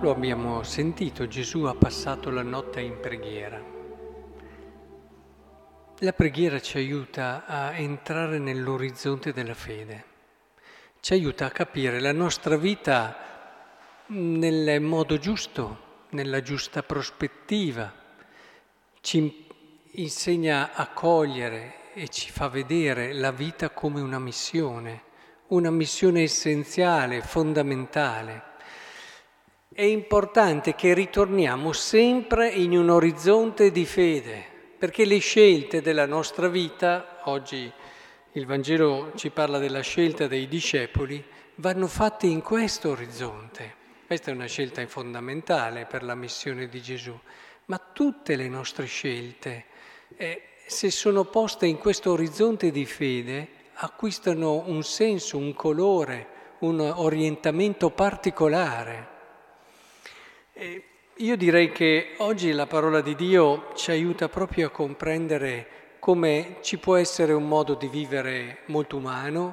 lo abbiamo sentito, Gesù ha passato la notte in preghiera. La preghiera ci aiuta a entrare nell'orizzonte della fede, ci aiuta a capire la nostra vita nel modo giusto, nella giusta prospettiva, ci insegna a cogliere e ci fa vedere la vita come una missione essenziale, fondamentale. È importante che ritorniamo sempre in un orizzonte di fede, perché le scelte della nostra vita, oggi il Vangelo ci parla della scelta dei discepoli, vanno fatte in questo orizzonte. Questa è una scelta fondamentale per la missione di Gesù, ma tutte le nostre scelte, se sono poste in questo orizzonte di fede, acquistano un senso, un colore, un orientamento particolare. Io direi che oggi la parola di Dio ci aiuta proprio a comprendere come ci può essere un modo di vivere molto umano,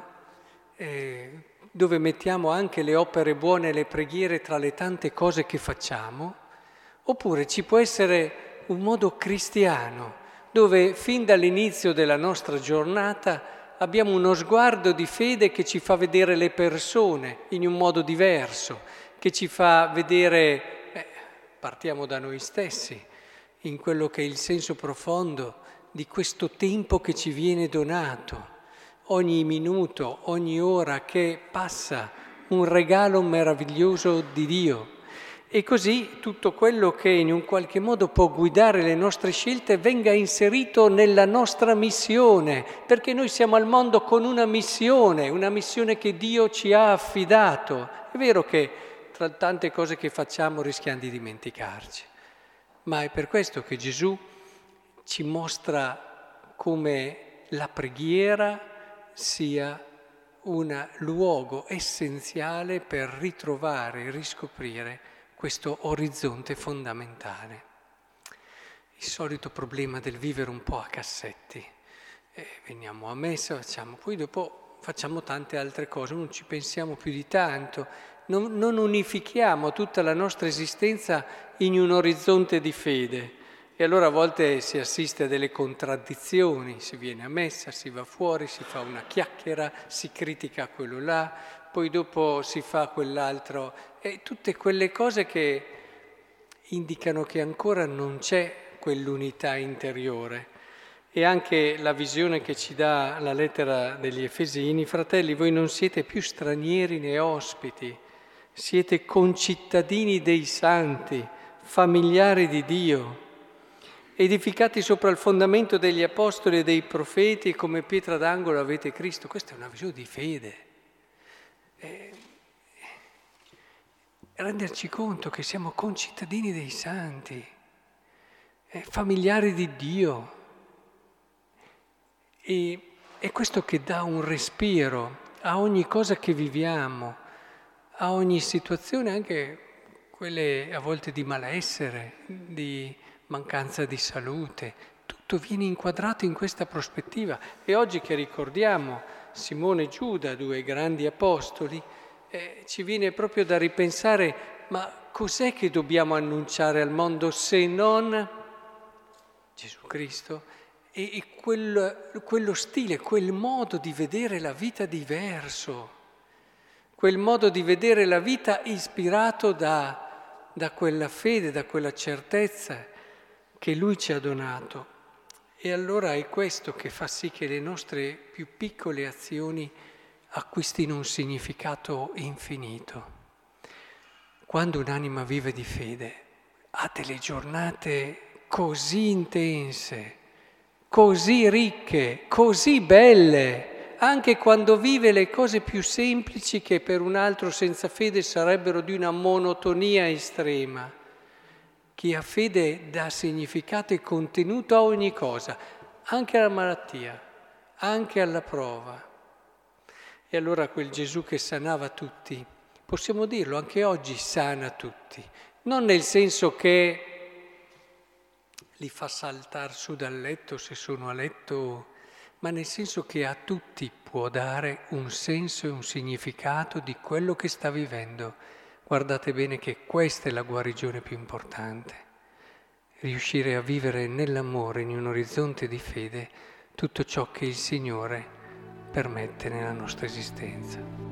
dove mettiamo anche le opere buone e le preghiere tra le tante cose che facciamo, oppure ci può essere un modo cristiano, dove fin dall'inizio della nostra giornata abbiamo uno sguardo di fede che ci fa vedere le persone in un modo diverso, che ci fa vedere, partiamo da noi stessi, in quello che è il senso profondo di questo tempo che ci viene donato. Ogni minuto, ogni ora che passa, un regalo meraviglioso di Dio. E così tutto quello che in un qualche modo può guidare le nostre scelte venga inserito nella nostra missione, perché noi siamo al mondo con una missione che Dio ci ha affidato. È vero che tra tante cose che facciamo rischiamo di dimenticarci, ma è per questo che Gesù ci mostra come la preghiera sia un luogo essenziale per ritrovare e riscoprire questo orizzonte fondamentale. Il solito problema del vivere un po' a cassetti. Veniamo a messa, poi dopo facciamo tante altre cose, non ci pensiamo più di tanto, non unifichiamo tutta la nostra esistenza in un orizzonte di fede. E allora a volte si assiste a delle contraddizioni, si viene a messa, si va fuori, si fa una chiacchiera, si critica quello là, poi dopo si fa quell'altro, e tutte quelle cose che indicano che ancora non c'è quell'unità interiore. E anche la visione che ci dà la lettera degli Efesini: fratelli, voi non siete più stranieri né ospiti, siete concittadini dei santi, familiari di Dio, edificati sopra il fondamento degli apostoli e dei profeti, e come pietra d'angolo avete Cristo. Questa è una visione di fede. Renderci conto che siamo concittadini dei santi, familiari di Dio. E è questo che dà un respiro a ogni cosa che viviamo, a ogni situazione, anche quelle a volte di malessere, di mancanza di salute. Tutto viene inquadrato in questa prospettiva. E oggi che ricordiamo Simone e Giuda, due grandi apostoli, ci viene proprio da ripensare: ma cos'è che dobbiamo annunciare al mondo se non Gesù Cristo? E quello stile, quel modo di vedere la vita diverso, quel modo di vedere la vita ispirato da quella fede, da quella certezza che Lui ci ha donato. E allora è questo che fa sì che le nostre più piccole azioni acquistino un significato infinito. Quando un'anima vive di fede, ha delle giornate così intense, così ricche, così belle, anche quando vive le cose più semplici che per un altro senza fede sarebbero di una monotonia estrema. Chi ha fede dà significato e contenuto a ogni cosa, anche alla malattia, anche alla prova. E allora quel Gesù che sanava tutti, possiamo dirlo, anche oggi sana tutti, non nel senso che li fa saltare su dal letto se sono a letto, ma nel senso che a tutti può dare un senso e un significato di quello che sta vivendo, guardate bene che questa è la guarigione più importante, riuscire a vivere nell'amore, in un orizzonte di fede, tutto ciò che il Signore permette nella nostra esistenza.